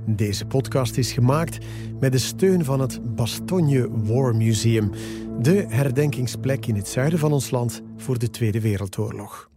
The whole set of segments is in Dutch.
Deze podcast is gemaakt met de steun van het Bastogne War Museum, de herdenkingsplek in het zuiden van ons land voor de Tweede Wereldoorlog.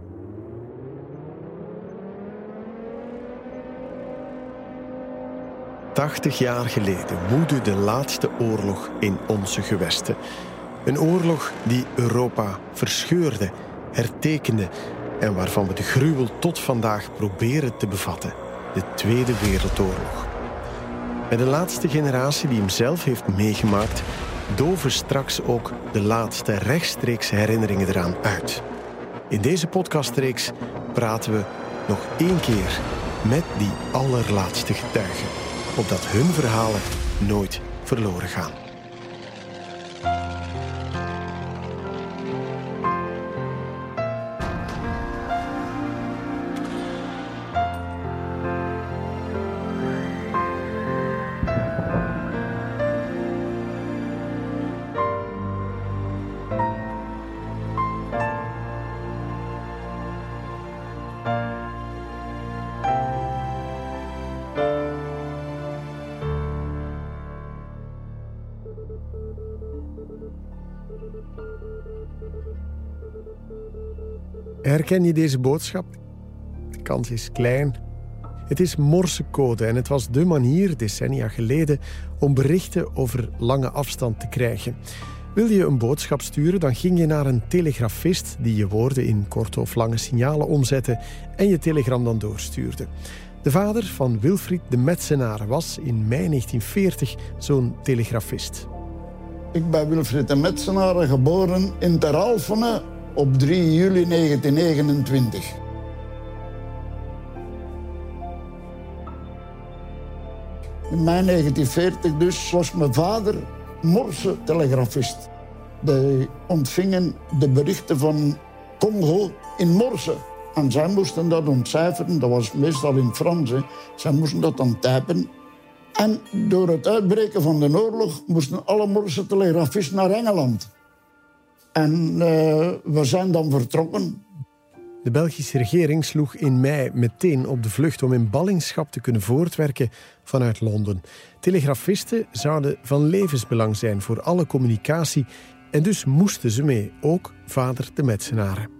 ...80 jaar geleden woedde de laatste oorlog in onze gewesten. Een oorlog die Europa verscheurde, hertekende en waarvan we de gruwel tot vandaag proberen te bevatten. De Tweede Wereldoorlog. Bij de laatste generatie die hem zelf heeft meegemaakt, doven straks ook de laatste rechtstreekse herinneringen eraan uit. In deze podcastreeks praten we nog 1 keer met die allerlaatste getuigen, opdat hun verhalen nooit verloren gaan. Herken je deze boodschap? De kans is klein. Het is morsecode en het was dé manier, decennia geleden, om berichten over lange afstand te krijgen. Wil je een boodschap sturen, dan ging je naar een telegrafist die je woorden in korte of lange signalen omzette en je telegram dan doorstuurde. De vader van Wilfried de Metsenaar was in mei 1940 zo'n telegrafist. Ik ben Wilfried de Metsenaar, geboren in Ter Alphen op 3 juli 1929. In mei 1940 dus was mijn vader Morse-telegrafist. Die ontvingen de berichten van Congo in Morse. En zij moesten dat ontcijferen, dat was meestal in het Frans. Zij moesten dat dan typen. En door het uitbreken van de oorlog moesten alle Morse-telegrafisten naar Engeland. En we zijn dan vertrokken. De Belgische regering sloeg in mei meteen op de vlucht om in ballingschap te kunnen voortwerken vanuit Londen. Telegrafisten zouden van levensbelang zijn voor alle communicatie en dus moesten ze mee, ook vader de Metsenaren.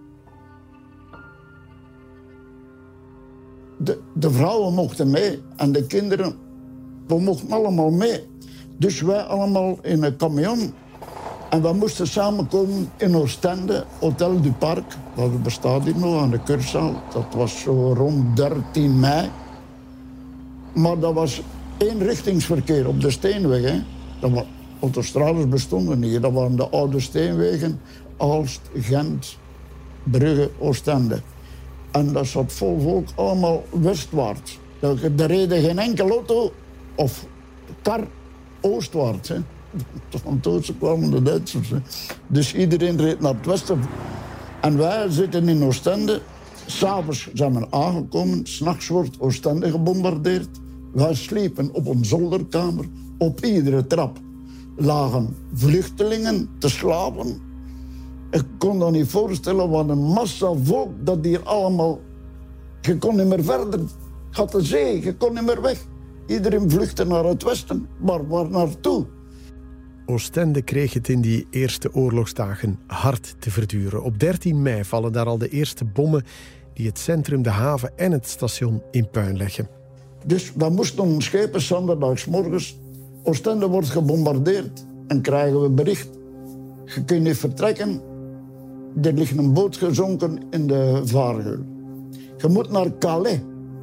De vrouwen mochten mee en de kinderen, we mochten allemaal mee. Dus wij allemaal in een camion. En we moesten samenkomen in Oostende, Hotel du Parc. Dat bestaat hier nog aan de Kurzaal. Dat was zo rond 13 mei. Maar dat was eenrichtingsverkeer op de Steenweg. Hè. Autostrades bestonden niet. Dat waren de oude steenwegen. Aalst, Gent, Brugge, Oostende. En dat zat vol volk, allemaal westwaarts. Er reden geen enkele auto of kar oostwaarts. Hè. Van Tootsen kwamen de Duitsers. Hè. Dus iedereen reed naar het westen. En wij zitten in Oostende. S'avonds zijn we aangekomen. 's Nachts wordt Oostende gebombardeerd. Wij sliepen op een zolderkamer. Op iedere trap lagen vluchtelingen te slapen. Ik kon dat niet voorstellen, wat een massa volk dat hier allemaal... Je kon niet meer verder. Gaat de zee, je kon niet meer weg. Iedereen vluchtte naar het westen. Maar waar naartoe? Oostende kreeg het in die eerste oorlogsdagen hard te verduren. Op 13 mei vallen daar al de eerste bommen die het centrum, de haven en het station in puin leggen. Dus we moesten ons schepen zondagsmorgens. Oostende wordt gebombardeerd en krijgen we bericht. Je kunt niet vertrekken. Er ligt een boot gezonken in de vaargeul. Je moet naar Calais.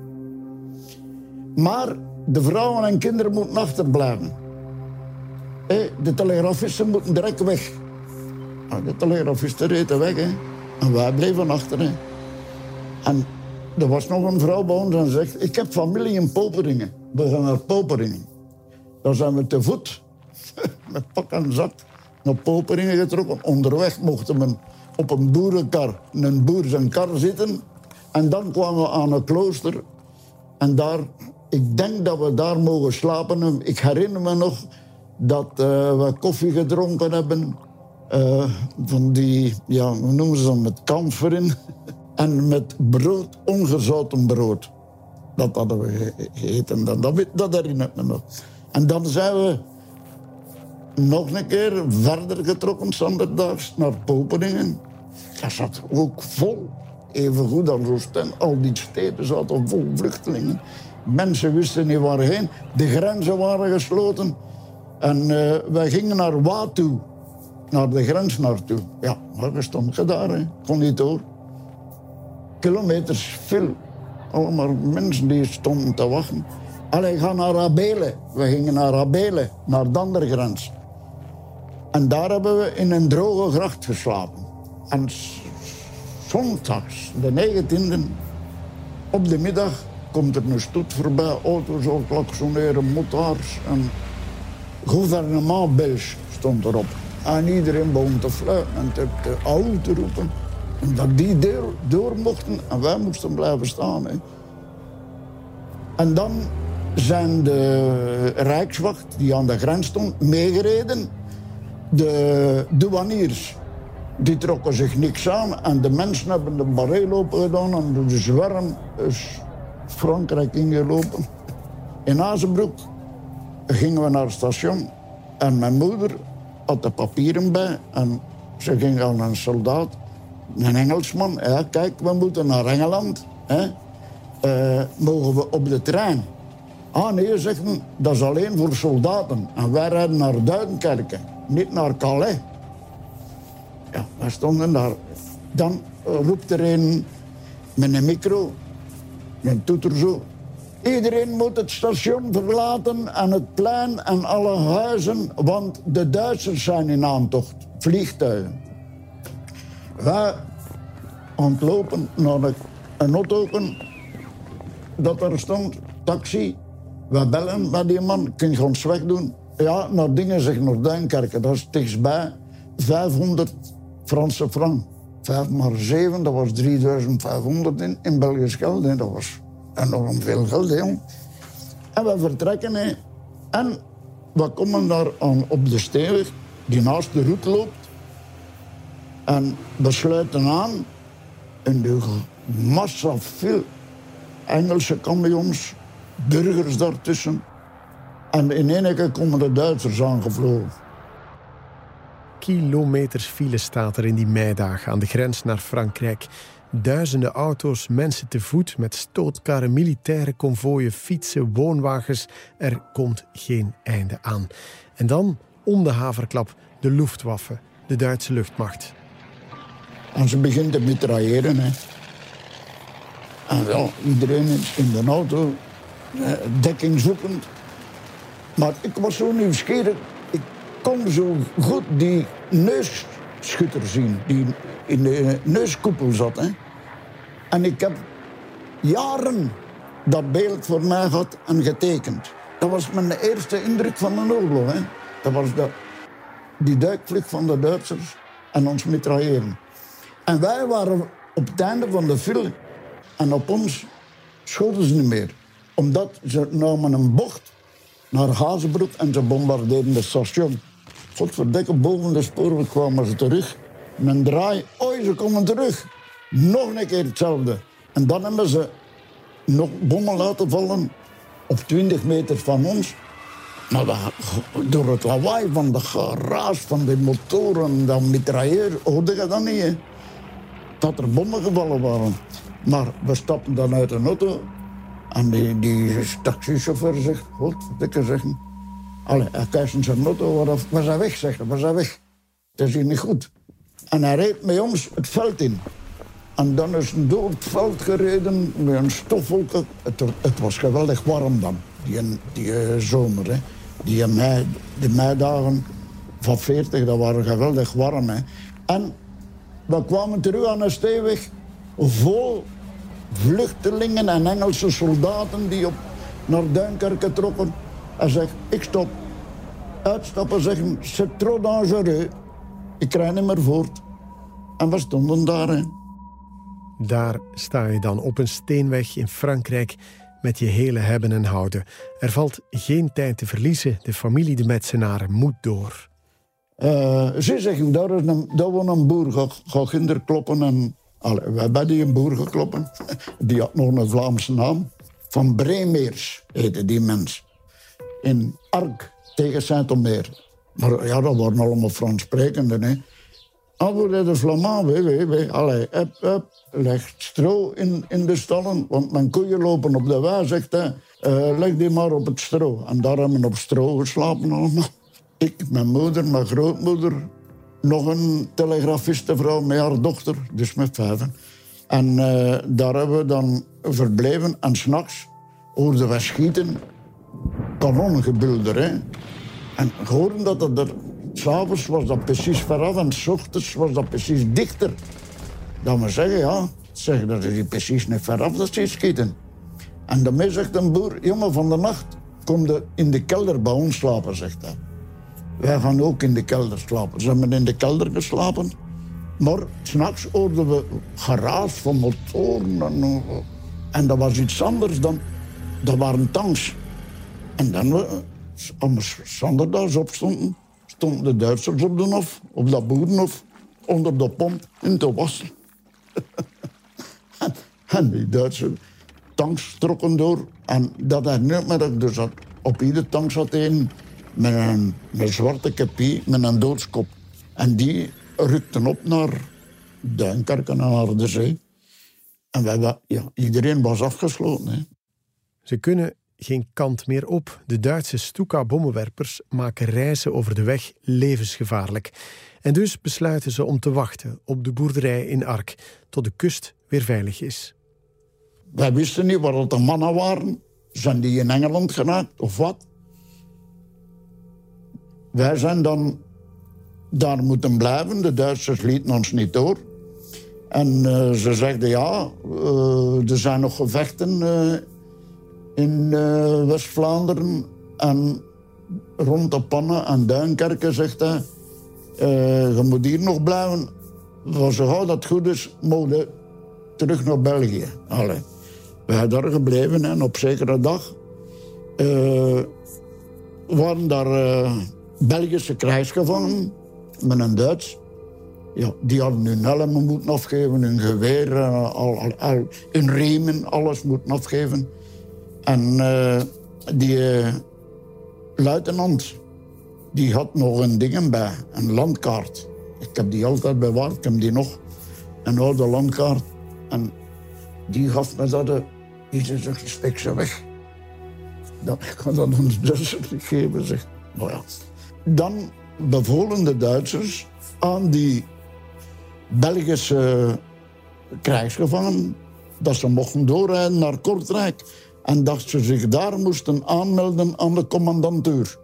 Maar de vrouwen en kinderen moeten achterblijven. De telegrafisten moeten direct weg. De telegrafisten reden weg. Hè. En wij bleven achter. Hè. En er was nog een vrouw bij ons en zegt... Ik heb familie in Poperingen. We gaan naar Poperingen. Dan zijn we te voet, met pak en zak, naar Poperingen getrokken. Onderweg mochten we op een boerenkar, een boer zijn kar zitten. En dan kwamen we aan een klooster. En daar, ik denk dat we daar mogen slapen. Ik herinner me nog dat we koffie gedronken hebben. Van die, ja, hoe noemen ze dat, met kamfer in. En met brood, ongezouten brood. Dat hadden we gegeten. Dat herinner ik me nog. En dan zijn we nog een keer verder getrokken, zonderdaags, naar Poperingen. Dat zat ook vol. Even goed als Oostende. Al die steden zaten vol vluchtelingen. Mensen wisten niet waarheen. De grenzen waren gesloten. En wij gingen naar Wa toe. Naar de grens naartoe. Ja, waar stond je daar? Hè? Kon niet door. Kilometers veel. Allemaal mensen die stonden te wachten. Allee, ga naar Abele. We gingen naar Abele, naar de andere grens. En daar hebben we in een droge gracht geslapen. En zondags, de 19e, op de middag, komt er een stoet voorbij. Auto's al klaksoneren, motards. En gouvernement Belge stond erop. En iedereen begon te fluiten en te au te roepen. Omdat die door mochten en wij moesten blijven staan. Hè. En dan zijn de Rijkswacht, die aan de grens stond, meegereden. De douaniers, die trokken zich niks aan. En de mensen hebben de barrel open gedaan en door de zwerm is Frankrijk ingelopen. In Hazebroek gingen we naar het station. En mijn moeder had de papieren bij. En ze ging aan een soldaat, een Engelsman. Ja, kijk, we moeten naar Engeland. Hè. Mogen we op de trein? Ah nee, zeggen, dat is alleen voor soldaten. En wij rijden naar Duinkerke, niet naar Calais. Ja, wij stonden daar. Dan roept er een met een micro, een toeter zo. Iedereen moet het station verlaten en het plein en alle huizen, want de Duitsers zijn in aantocht, vliegtuigen. Wij ontlopen naar een auto dat er stond, taxi. We bellen met die man, kun je ons wegdoen? Ja, naar dingen, zeg, naar Duinkerke, dat is dichtstbij 500 Franse frank. 5 maar 7, dat was 3500 in Belgisch geld. Hè. Dat was enorm veel geld, hè, jong. En we vertrekken, hè. En we komen daar aan, op de steenweg, die naast de route loopt. En we sluiten aan en er massa veel Engelse camions, burgers daartussen. En in één keer komen de Duitsers aangevlogen. Kilometers file staat er in die meidagen aan de grens naar Frankrijk. Duizenden auto's, mensen te voet met stootkarren, militaire konvooien, fietsen, woonwagens. Er komt geen einde aan. En dan, om de haverklap, de Luftwaffe, de Duitse luchtmacht. En ze begint te mitrailleren, hè. En ja, iedereen in de auto, dekking zoekend. Maar ik was zo nieuwsgierig. Ik kon zo goed die neusschutter zien, die in de neuskoepel zat. Hè. En ik heb jaren dat beeld voor mij gehad en getekend. Dat was mijn eerste indruk van een oorlog. Hè. Dat was die duikvlucht van de Duitsers en ons mitrailleren. En wij waren op het einde van de file. En op ons schoten ze niet meer. Omdat ze namen een bocht naar Hazebroek en ze bombardeerden het station. Godverdikke, boven de spoorweg kwamen ze terug. Een draai, oei, ze komen terug. Nog een keer hetzelfde. En dan hebben ze nog bommen laten vallen op 20 meter van ons. Maar door het lawaai van de geraas van de motoren, dat mitrailleur, hoorde je dat niet, hè? Dat er bommen gevallen waren. Maar we stapten dan uit een auto en die taxichauffeur zegt, godverdikke zeggen. Allee, hij kijkt in zijn auto, we zijn weg, zegt hij, we zijn weg. Het is hier niet goed. En hij reed met ons het veld in. En dan is hij door het veld gereden met een stofwolken. Het was geweldig warm dan, die zomer. Hè. Die meidagen van 40, dat waren geweldig warm. Hè. En we kwamen terug aan een steenweg vol vluchtelingen en Engelse soldaten die naar Duinkerke trokken. Hij zegt, ik stop. Uitstappen, zeggen, c'est trop dangereux. Ik krijg niet meer voort. En we stonden daar. Hè. Daar sta je dan op een steenweg in Frankrijk met je hele hebben en houden. Er valt geen tijd te verliezen. De familie de Metsenaren moet door. Ze zeggen, daar woont een boer, ga ginder kloppen. En, we hebben die een boer gekloppen. Die had nog een Vlaamse naam. Van Bremeers heette die mens. In Ark tegen Saint-Omer. Maar ja, dat waren allemaal Frans sprekenden. Hè. Alweer de Flamand, allee, leg stro in de stallen, want mijn koeien lopen op de wei, zegt hij. Leg die maar op het stro. En daar hebben we op stro geslapen allemaal. Ik, mijn moeder, mijn grootmoeder, nog een telegrafistenvrouw met haar dochter, dus met 5. En daar hebben we dan verbleven. En 's nachts hoorden we schieten, kanonnengebulder. Hè. En hoorden dat het er... 's avonds was dat precies veraf en 's ochtends was dat precies dichter. Dat we zeggen, ja, dat is precies niet veraf dat ze schieten. En daarmee zegt een boer, jongen, van de nacht kom je in de kelder bij ons slapen, zegt hij. Wij gaan ook in de kelder slapen. Ze hebben in de kelder geslapen. Maar 's nachts hoorden we geraas van motoren. En dat was iets anders dan... Dat waren tanks. En dan, als we zondags opstonden, stonden de Duitsers op de hof, op dat boerenhof, onder de pomp in te wassen. En die Duitse tanks trokken door. En dat herinnert me dat ik dus op ieder tank zat een met een zwarte kepie, met een doodskop. En die rukten op naar Duinkerken en naar de zee. En iedereen was afgesloten. Hè. Ze kunnen geen kant meer op. De Duitse Stuka-bommenwerpers maken reizen over de weg levensgevaarlijk. En dus besluiten ze om te wachten op de boerderij in Ark, tot de kust weer veilig is. Wij wisten niet waar dat de mannen waren. Zijn die in Engeland geraakt of wat? Wij zijn dan daar moeten blijven. De Duitsers lieten ons niet door. En ze zeiden, ja, er zijn nog gevechten in West-Vlaanderen en rond de Pannen en Duinkerken, zegt hij. Je moet hier nog blijven. Zo gauw dat goed is, mogen terug naar België. Allee. We zijn daar gebleven en op zekere dag waren daar Belgische krijgsgevangenen met een Duits. Ja, die hadden hun helmen moeten afgeven, hun geweer, hun riemen, alles moeten afgeven. En die luitenant, die had nog een ding bij, een landkaart. Ik heb die altijd bewaard, ik heb die nog. Een oude landkaart. En die gaf me dat, die zei, steek ze weg. Ik kan dat ons Duitsers niet geven, zeg. Nou ja. Dan bevolen de Duitsers aan die Belgische krijgsgevangenen dat ze mochten doorrijden naar Kortrijk en dat ze zich daar moesten aanmelden aan de commandantuur.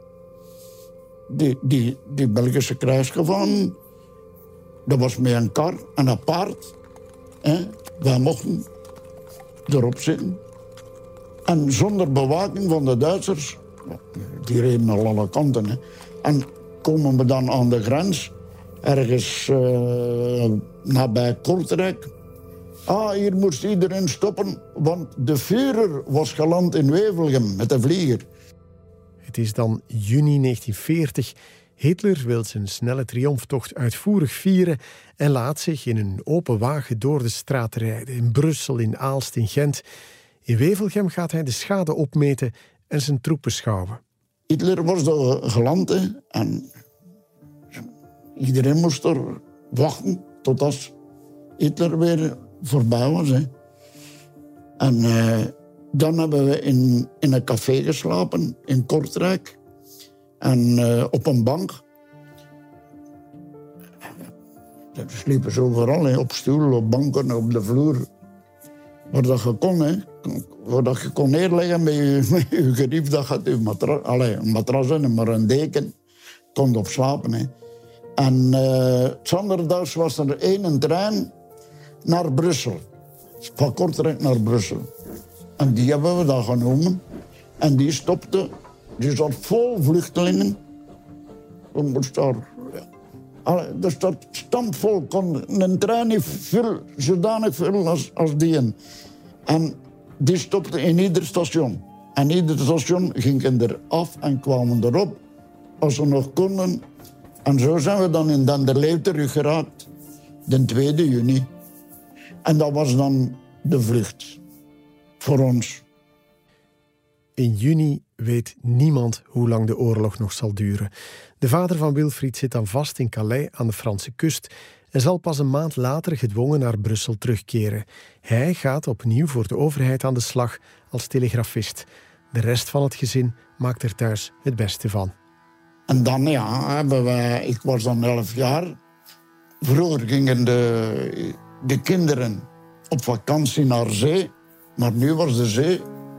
Die Belgische krijgsgevangenen, dat was met een kar en een paard. Wij mochten erop zitten. En zonder bewaking van de Duitsers, die reden aan alle kanten. Hè. En komen we dan aan de grens, ergens nabij Kortrijk. Hier moest iedereen stoppen, want de Führer was geland in Wevelgem met de vlieger. Het is dan juni 1940. Hitler wil zijn snelle triomftocht uitvoerig vieren en laat zich in een open wagen door de straat rijden. In Brussel, in Aalst, in Gent. In Wevelgem gaat hij de schade opmeten en zijn troepen schouwen. Hitler was daar geland en iedereen moest er wachten tot als Hitler weer voorbij was. Hè. En dan hebben we in een café geslapen in Kortrijk. En op een bank. We sliepen zo overal, hè, op stoelen, op banken, op de vloer. Waar dat je kon, hè. Waar dat je kon neerleggen met je gerief, dat gaat je matras. Allee, een matras en maar een deken. Kon op slapen, hè. En zondags was er één trein naar Brussel. Van Kortrijk naar Brussel. En die hebben we dan genomen. En die stopte. Die zat vol vluchtelingen. We moesten daar... Ja. Er staat stampvol. Een trein niet veel, zodanig veel als die. En die stopte in ieder station. En ieder station gingen er af en kwamen erop. Als ze nog konden. En zo zijn we dan in Denderleeuw teruggeraakt. De 2 juni. En dat was dan de vlucht. Voor ons. In juni weet niemand hoe lang de oorlog nog zal duren. De vader van Wilfried zit dan vast in Calais aan de Franse kust en zal pas een maand later gedwongen naar Brussel terugkeren. Hij gaat opnieuw voor de overheid aan de slag als telegrafist. De rest van het gezin maakt er thuis het beste van. En dan hebben wij, ik was dan 11 jaar. Vroeger gingen de kinderen op vakantie naar zee, maar nu was de zee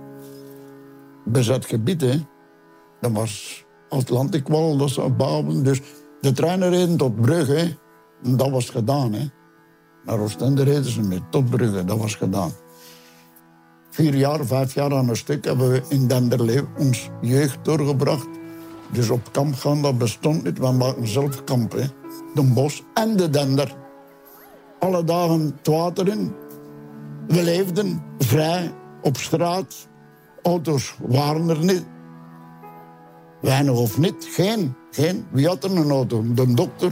bezet gebied. Hè. Dat was Atlantikwal, dat was Babel. Dus de treinen reden tot Brugge, en dat was gedaan. Hè. Naar Oostende reden ze niet, tot Brugge, dat was gedaan. 4 jaar, 5 jaar aan een stuk hebben we in Denderleeuw ons jeugd doorgebracht. Dus op kamp gaan, dat bestond niet. We maken zelf kamp, hè. De Bos en de Dender. Alle dagen het water in. We leefden vrij op straat. Auto's waren er niet. Weinig of niet. Geen. Wie had er een auto? De dokter.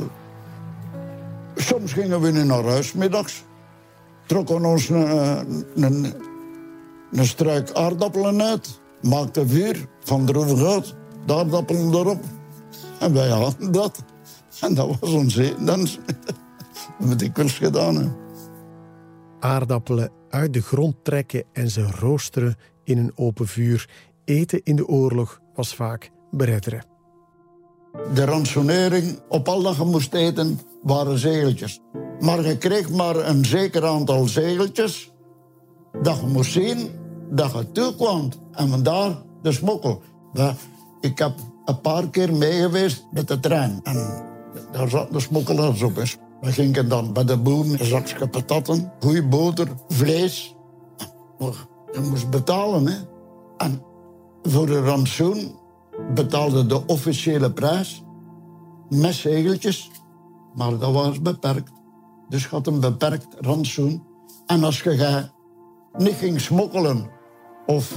Soms gingen we nu naar huis middags. Trokken ons een struik aardappelen uit. Maakten vuur van droevig de aardappelen erop. En wij hadden dat. En dat was ons eten. Dat heb ik dikwijls gedaan. Hè. Aardappelen uit de grond trekken en ze roosteren in een open vuur. Eten in de oorlog was vaak beredderen. De ransonering, op al dat je moest eten, waren zegeltjes. Maar je kreeg maar een zeker aantal zegeltjes dat je moest zien dat je toekwam. En vandaar de smokkel. Ik heb een paar keer meegeweest met de trein. En daar zaten de smokkelaars op. We gingen dan bij de boeren een zakje patatten, goeie boter, vlees. Je moest betalen, hè. En voor de rantsoen betaalde de officiële prijs met zegeltjes. Maar dat was beperkt. Dus je had een beperkt rantsoen. En als je niet ging smokkelen of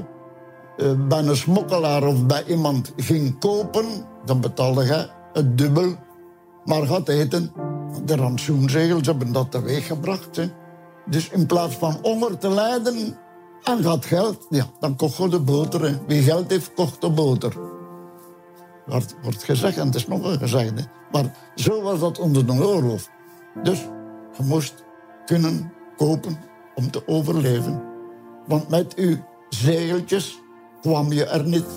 bij een smokkelaar of bij iemand ging kopen, dan betaalde je het dubbel. Maar gaat eten, de rantsoenzegels hebben dat teweeggebracht. Hè. Dus in plaats van honger te lijden en gaat geld, ja, dan kocht je de boter. Hè. Wie geld heeft, kocht de boter. Wordt gezegd, en het is nog een gezegd. Hè. Maar zo was dat onder de oorlog. Dus je moest kunnen kopen om te overleven. Want met uw zegeltjes kwam je er niet.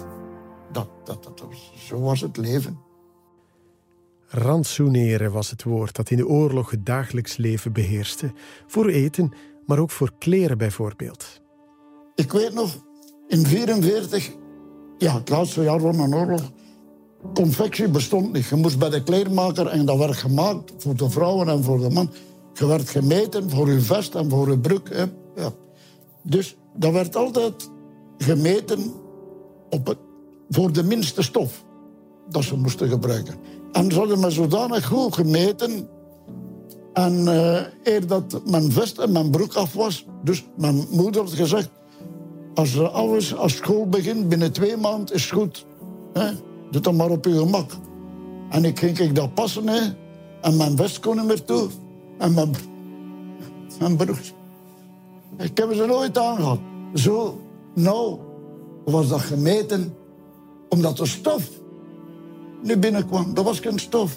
Zo was het leven. Rantsoeneren was het woord dat in de oorlog het dagelijks leven beheerste. Voor eten, maar ook voor kleren bijvoorbeeld. Ik weet nog, in 1944, ja, het laatste jaar van een oorlog, confectie bestond niet. Je moest bij de kleermaker en dat werd gemaakt voor de vrouwen en voor de man. Je werd gemeten voor je vest en voor je broek. Hè. Ja. Dus dat werd altijd gemeten voor de minste stof dat ze moesten gebruiken. En ze hadden me zodanig goed gemeten. En eer dat mijn vest en mijn broek af was. Dus mijn moeder had gezegd, als school begint, binnen 2 maanden is het goed. Hè? Doe dat maar op je gemak. En ik ging dat passen. Hè? En mijn vest kon niet meer toe. En mijn broek. Ik heb ze nooit aangehad. Zo nauw was dat gemeten. Omdat de stof niet binnenkwam. Dat was geen stof.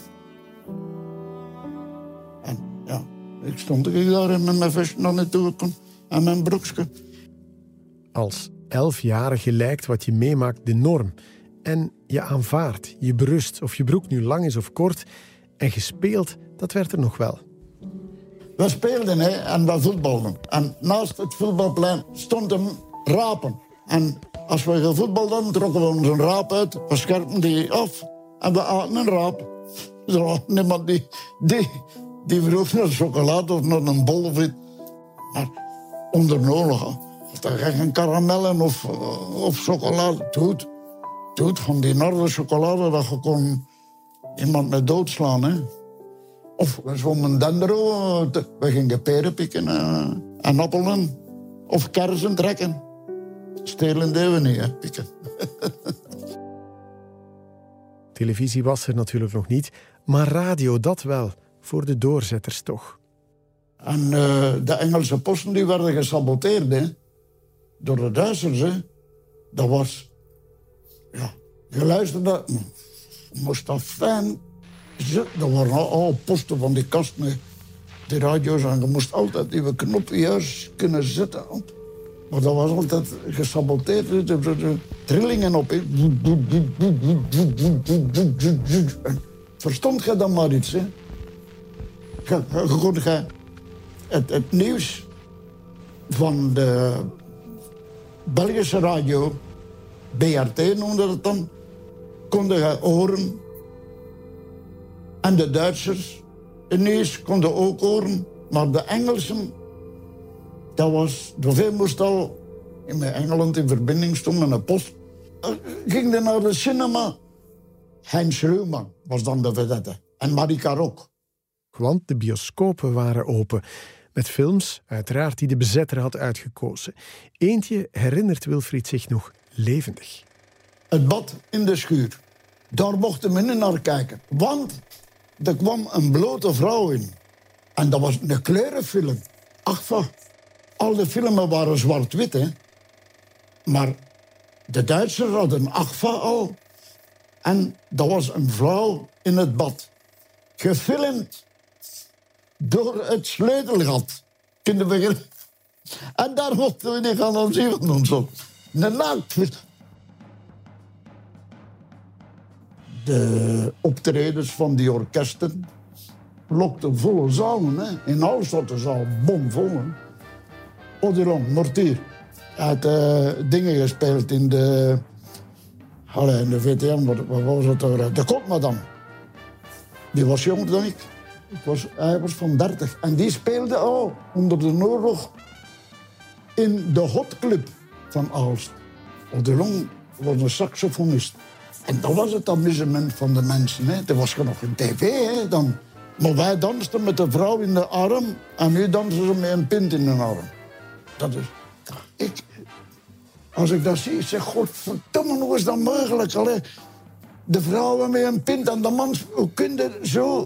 En ja, ik stond daar met mijn vestje naar naartoe kon. En mijn broekje. Als 11-jarige lijkt wat je meemaakt de norm. En je aanvaardt, je berust, of je broek nu lang is of kort. En gespeeld, dat werd er nog wel. We speelden en we voetbalden. En naast het voetbalplein stond een rapen. En als we gevoetbalden, trokken we ons een raap uit. We scherpten die af. En we aten een raap. Er was niemand die vroeg naar chocolade of naar een bol of iets. Maar onder de oorlog had er geen karamellen of chocolade. Toen van die harde chocolade dat je kon iemand met doodslaan. Hè. Of we zwommen dendero. We gingen peren pikken en appelen. Of kersen trekken. Stelen deden we niet, hè, pikken. Televisie was er natuurlijk nog niet, maar radio dat wel, voor de doorzetters toch. En de Engelse posten die werden gesaboteerd, hè, door de Duitsers. Hè. Dat was... Ja, je luisterde... Moest dat fijn zitten. Er waren al posten van die kast met die radio's en je moest altijd die knoppen juist kunnen zetten. Maar dat was altijd gesaboteerd. Er trillingen op. Verstond je dan maar iets, hè? Je kon het nieuws van de Belgische radio, BRT noemde het dan, konden je horen. En de Duitsers, het nieuws konden ook horen. Maar de Engelsen, dat was... Zoveel moest al in Engeland in verbinding stonden met een post. Ging naar de cinema. Heinz Rühmann was dan de vedette. En Marika Rock. Want de bioscopen waren open. Met films, uiteraard, die de bezetter had uitgekozen. Eentje herinnert Wilfried zich nog levendig. Het bad in de schuur. Daar mochten we niet naar kijken. Want er kwam een blote vrouw in. En dat was een kleurenfilm. Ach, al de filmen waren zwart-wit, hè. Maar de Duitsers hadden Agfa al. En dat was een vrouw in het bad. Gefilmd door het sleutelgat. Kunnen we begrijpen? En daar mochten we niet gaan zien van ons op. Een naaktfilm. De optredens van die orkesten lokten volle zalen. Hè. In alles zat de zaal bomvol. Hè. Odilon, Mortier. Hij had dingen gespeeld in de... in de VTM, wat was het er? De Kotmadam. Die was jonger dan ik. Hij was van 30. En die speelde al onder de oorlog in de Hot Club van Aalst. Odilon was een saxofonist. En dat was het amusement van de mensen. Hè. Er was nog een tv. Hè, dan. Maar wij dansten met de vrouw in de arm en nu dansen ze met een pint in de arm. Dat is... Als ik dat zie, ik zeg, godverdomme, hoe is dat mogelijk? Allee, de vrouwen met een pint en de man, hoe kun je zo...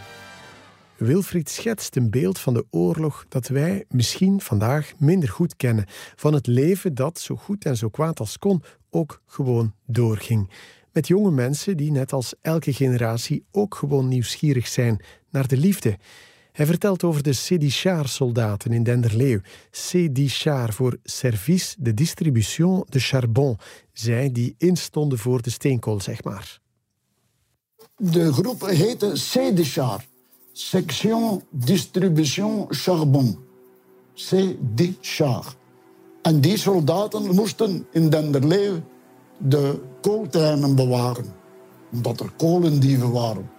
Wilfried schetst een beeld van de oorlog dat wij misschien vandaag minder goed kennen. Van het leven dat, zo goed en zo kwaad als kon, ook gewoon doorging. Met jonge mensen die, net als elke generatie, ook gewoon nieuwsgierig zijn naar de liefde. Hij vertelt over de Sédichar-soldaten in Denderleeuw. Sédichar voor Service de Distribution de Charbon. Zij die instonden voor de steenkool, zeg maar. De groep heette Sédichar. Section Distribution Charbon. Sédichar. En die soldaten moesten in Denderleeuw de kooltreinen bewaren. Omdat er kolendieven waren.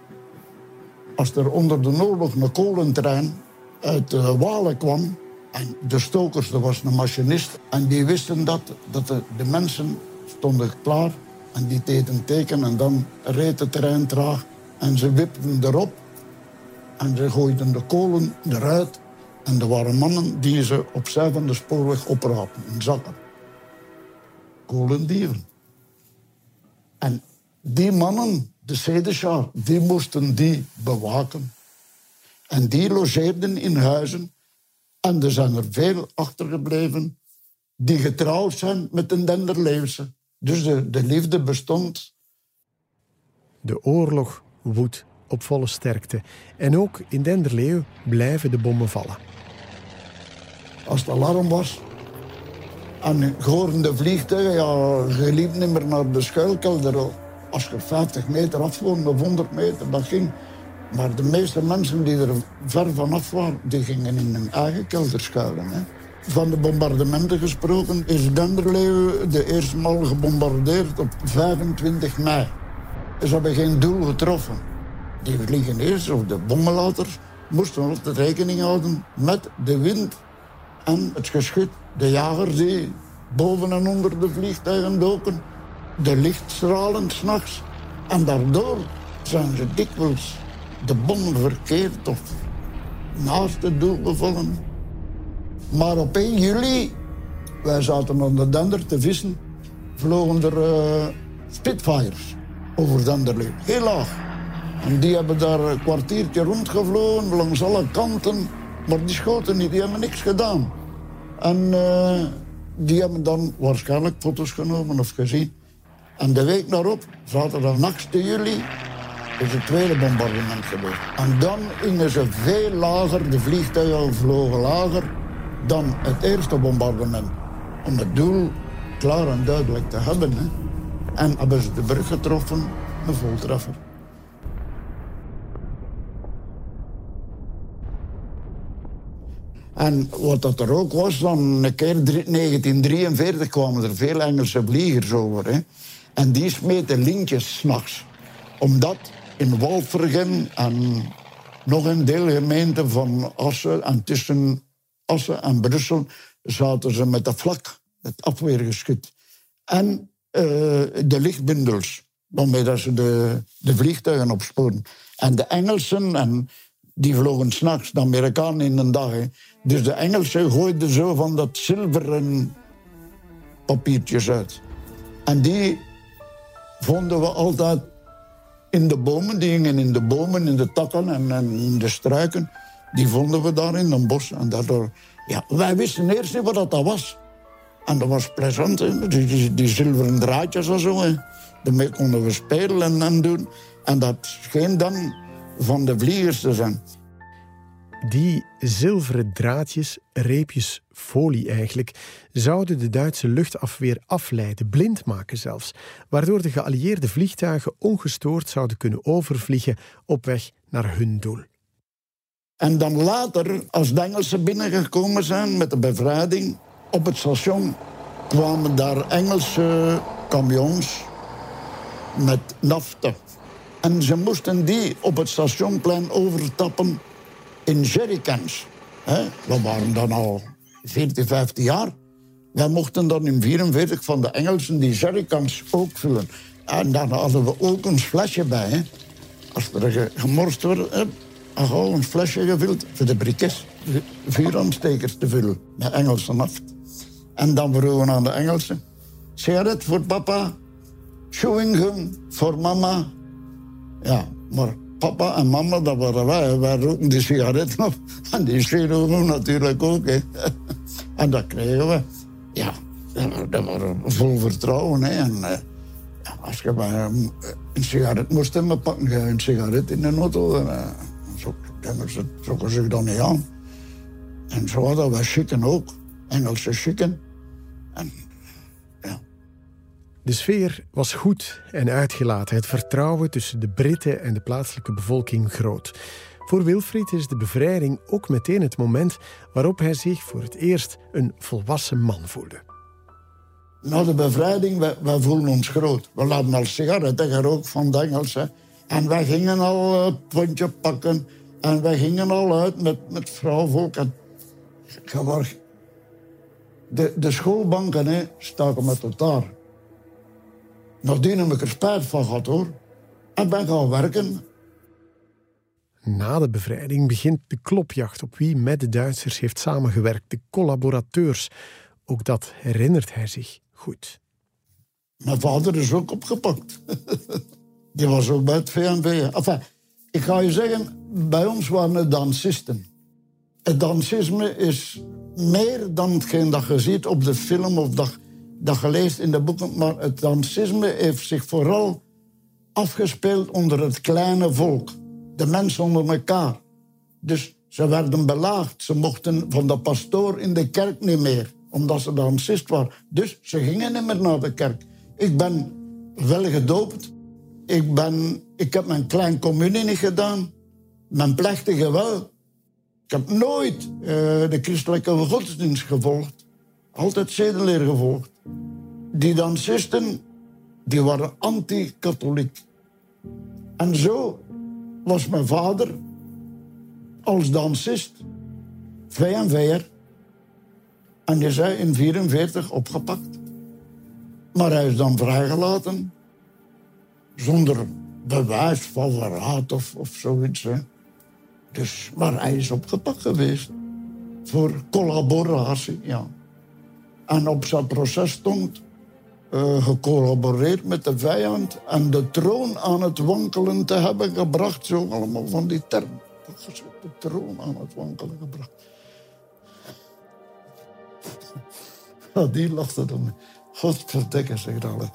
Als er onder de oorlog een kolentrein uit Walen kwam... en de stokers, dat was een machinist... en die wisten dat de mensen stonden klaar... en die deden teken en dan reed de trein traag... en ze wipten erop en ze gooiden de kolen eruit... en er waren mannen die ze opzij van de spoorweg oprapen in zakken. Kolendieven. En die mannen... De Sédichar, die moesten die bewaken. En die logeerden in huizen. En er zijn er veel achtergebleven die getrouwd zijn met een Denderleeuwse. Dus de liefde bestond. De oorlog woedt op volle sterkte. En ook in Denderleeuw blijven de bommen vallen. Als het alarm was en je hoorde de vliegtuigen, ja, je liep niet meer naar de schuilkelder. Als je 50 meter af woonde, of 100 meter, dat ging. Maar de meeste mensen die er ver vanaf waren, die gingen in hun eigen kelder schuilen. Hè. Van de bombardementen gesproken is Denderleeuw de eerste maal gebombardeerd op 25 mei. Ze hebben geen doel getroffen. Die vliegen eerst, of de bommenlaters, moesten altijd rekening houden met de wind en het geschut. De jagers die boven en onder de vliegtuigen doken. De lichtstralen 's nachts. En daardoor zijn ze dikwijls de bommen verkeerd of naast het doel gevallen. Maar op 1 juli, wij zaten aan de Dender te vissen, vlogen er Spitfires over Denderleeuw, heel laag. En die hebben daar een kwartiertje rondgevlogen, langs alle kanten, maar die schoten niet, die hebben niks gedaan. En die hebben dan waarschijnlijk foto's genomen of gezien. En de week daarop, zaterdag 8 juli, is het tweede bombardement gebeurd. En dan gingen ze veel lager, de vliegtuigen vlogen lager dan het eerste bombardement. Om het doel klaar en duidelijk te hebben. Hè. En hebben ze de brug getroffen, een voltreffer. En wat dat er ook was, dan een keer 1943 kwamen er veel Engelse vliegers over. Hè. En die smeten lintjes 's nachts. Omdat in Walvergem en nog een deelgemeente van Assen en tussen Assen en Brussel zaten ze met de vlak, het afweergeschut. En de lichtbundels, waarmee dat ze de vliegtuigen opsporen. En de Engelsen, en die vlogen 's nachts, de Amerikanen in de dag. Hè. Dus de Engelsen gooiden zo van dat zilveren papiertjes uit. En die vonden we altijd in de bomen. Die gingen in de bomen, in de takken en in de struiken. Die vonden we daar in een bos. En daardoor, ja, wij wisten eerst niet wat dat was. En dat was plezant, hè. Die zilveren draadjes en zo. Hè. Daarmee konden we spelen en doen. En dat scheen dan van de vliegers te zijn. Die zilveren draadjes, reepjes folie eigenlijk, zouden de Duitse luchtafweer afleiden, blind maken zelfs, waardoor de geallieerde vliegtuigen ongestoord zouden kunnen overvliegen op weg naar hun doel. En dan later, als de Engelsen binnengekomen zijn met de bevrijding, op het station kwamen daar Engelse camions met nafta. En ze moesten die op het stationplein overtappen in jerrycans. We waren dan al 14, 15 jaar. Wij mochten dan in 1944 van de Engelsen die jerrycans ook vullen. En dan hadden we ook een flesje bij. Hè. Als er gemorst werd, dan gauw een flesje gevuld voor de briquets, vuuraanstekers te vullen met Engelse naft. En dan vroegen we aan de Engelsen: sigaret voor papa, chewing gum voor mama. Ja, maar papa en mama, dat waren wij. Wij roken die sigaretten op. En die chewing natuurlijk ook. Hè. En dat kregen we. Ja, dat waren vol vertrouwen. Hè. En ja, als je bij een sigaret moest hebben, pakken je een sigaret in de auto. En, zo trokken zich dan niet aan. En zo hadden wij chicken ook. Engelse chicken. En ja. De sfeer was goed en uitgelaten. Het vertrouwen tussen de Britten en de plaatselijke bevolking groot. Voor Wilfried is de bevrijding ook meteen het moment waarop hij zich voor het eerst een volwassen man voelde. Na de bevrijding, wij voelden ons groot. We hadden al sigaretten gerookt van de Engelsen. En wij gingen al het pontje pakken. En wij gingen al uit met vrouwvolk. En de schoolbanken, hè, staken met elkaar. Nadien heb ik er spijt van gehad, hoor. En ben gaan werken. Na de bevrijding begint de klopjacht op wie met de Duitsers heeft samengewerkt. De collaborateurs. Ook dat herinnert hij zich goed. Mijn vader is ook opgepakt. Die was ook bij het VNV. Enfin, ik ga je zeggen, bij ons waren het dansisten. Het dansisme is meer dan hetgeen dat je ziet op de film of dat je leest in de boeken. Maar het dansisme heeft zich vooral afgespeeld onder het kleine volk. De mensen onder elkaar. Dus ze werden belaagd. Ze mochten van de pastoor in de kerk niet meer. Omdat ze dansist waren. Dus ze gingen niet meer naar de kerk. Ik ben wel gedoopt. Ik heb mijn klein communie niet gedaan. Mijn plechtige wel. Ik heb nooit de christelijke godsdienst gevolgd. Altijd zedeleer gevolgd. Die dansisten, die waren anti-katholiek. En zo was mijn vader als dansist VNV'er. En die zei in 1944 opgepakt. Maar hij is dan vrijgelaten. Zonder bewijs van verraad of zoiets. Hè. Dus, maar hij is opgepakt geweest. Voor collaboratie, ja. En op zijn proces stond gecollaboreerd met de vijand en de troon aan het wankelen te hebben gebracht. Zo allemaal van die termen. De troon aan het wankelen gebracht. Die lachte dan. Godverdikke, zegt alle.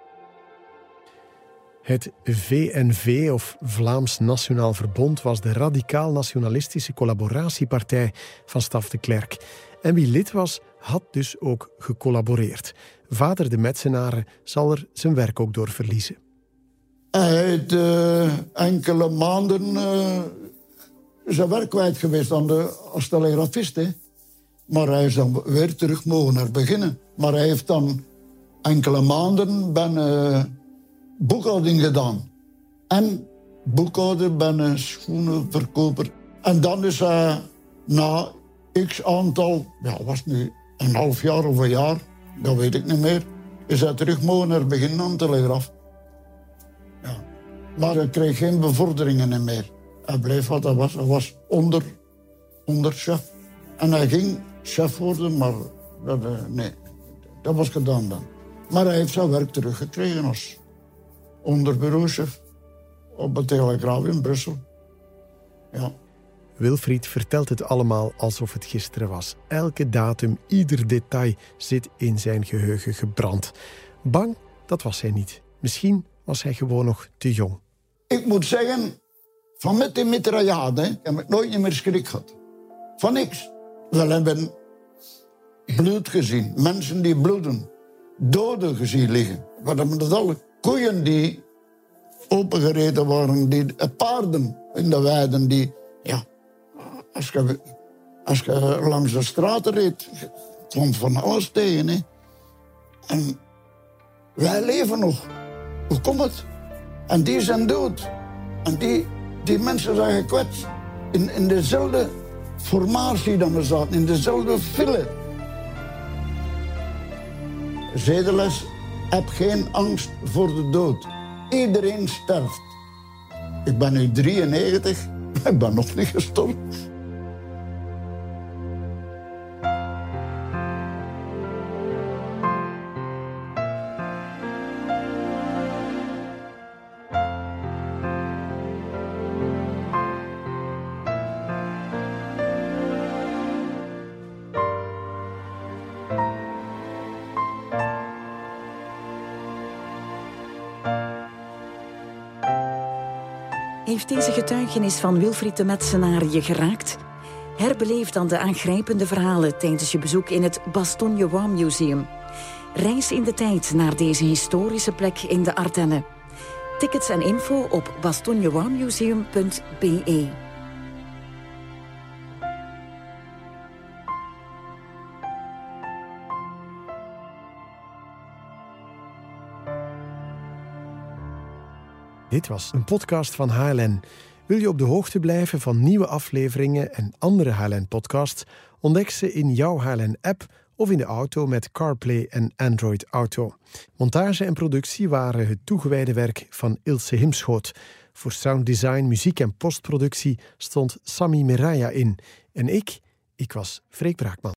Het VNV, of Vlaams Nationaal Verbond, was de radicaal-nationalistische collaboratiepartij van Staf de Klerk. En wie lid was, had dus ook gecollaboreerd. Vader de Metsenaren zal er zijn werk ook door verliezen. Hij heeft enkele maanden zijn werk kwijt geweest als telegrafist. Hè. Maar hij is dan weer terug mogen beginnen. Maar hij heeft dan enkele maanden boekhouding gedaan. En boekhouder, ben een schoenenverkoper. En dan is hij na x aantal, was het nu een half jaar of een jaar, dat weet ik niet meer, is hij terug mogen beginnen aan de telegraaf. Ja. Maar hij kreeg geen bevorderingen meer. Hij bleef wat hij was. Hij was onderchef. En hij ging chef worden, maar dat was gedaan dan. Maar hij heeft zijn werk teruggekregen als onderbureauchef op de Telegraaf in Brussel. Ja. Wilfried vertelt het allemaal alsof het gisteren was. Elke datum, ieder detail zit in zijn geheugen gebrand. Bang, dat was hij niet. Misschien was hij gewoon nog te jong. Ik moet zeggen, van met die mitraillade heb ik nooit meer schrik gehad. Van niks. We hebben bloed gezien, mensen die bloeden, doden gezien liggen. We hebben dat al. Koeien die opengereden waren, paarden in de weiden die... Ja, als je langs de straten reed, kwam van alles tegen. Hè. En wij leven nog. Hoe komt het? En die zijn dood. En die mensen zijn gekwetst. In dezelfde formatie dan we zaten, in dezelfde file. Zedeles, heb geen angst voor de dood. Iedereen sterft. Ik ben nu 93, ik ben nog niet gestorven. Heeft deze getuigenis van Wilfried de Metsenaar je geraakt? Herbeleef dan de aangrijpende verhalen tijdens je bezoek in het Bastogne-Waal Museum. Reis in de tijd naar deze historische plek in de Ardennen. Tickets en info op bastognewaalmuseum.be. Dit was een podcast van HLN. Wil je op de hoogte blijven van nieuwe afleveringen en andere HLN-podcasts? Ontdek ze in jouw HLN-app of in de auto met CarPlay en Android Auto. Montage en productie waren het toegewijde werk van Ilse Himschoot. Voor sounddesign, muziek en postproductie stond Sami Meraya in. En ik was Freek Braakman.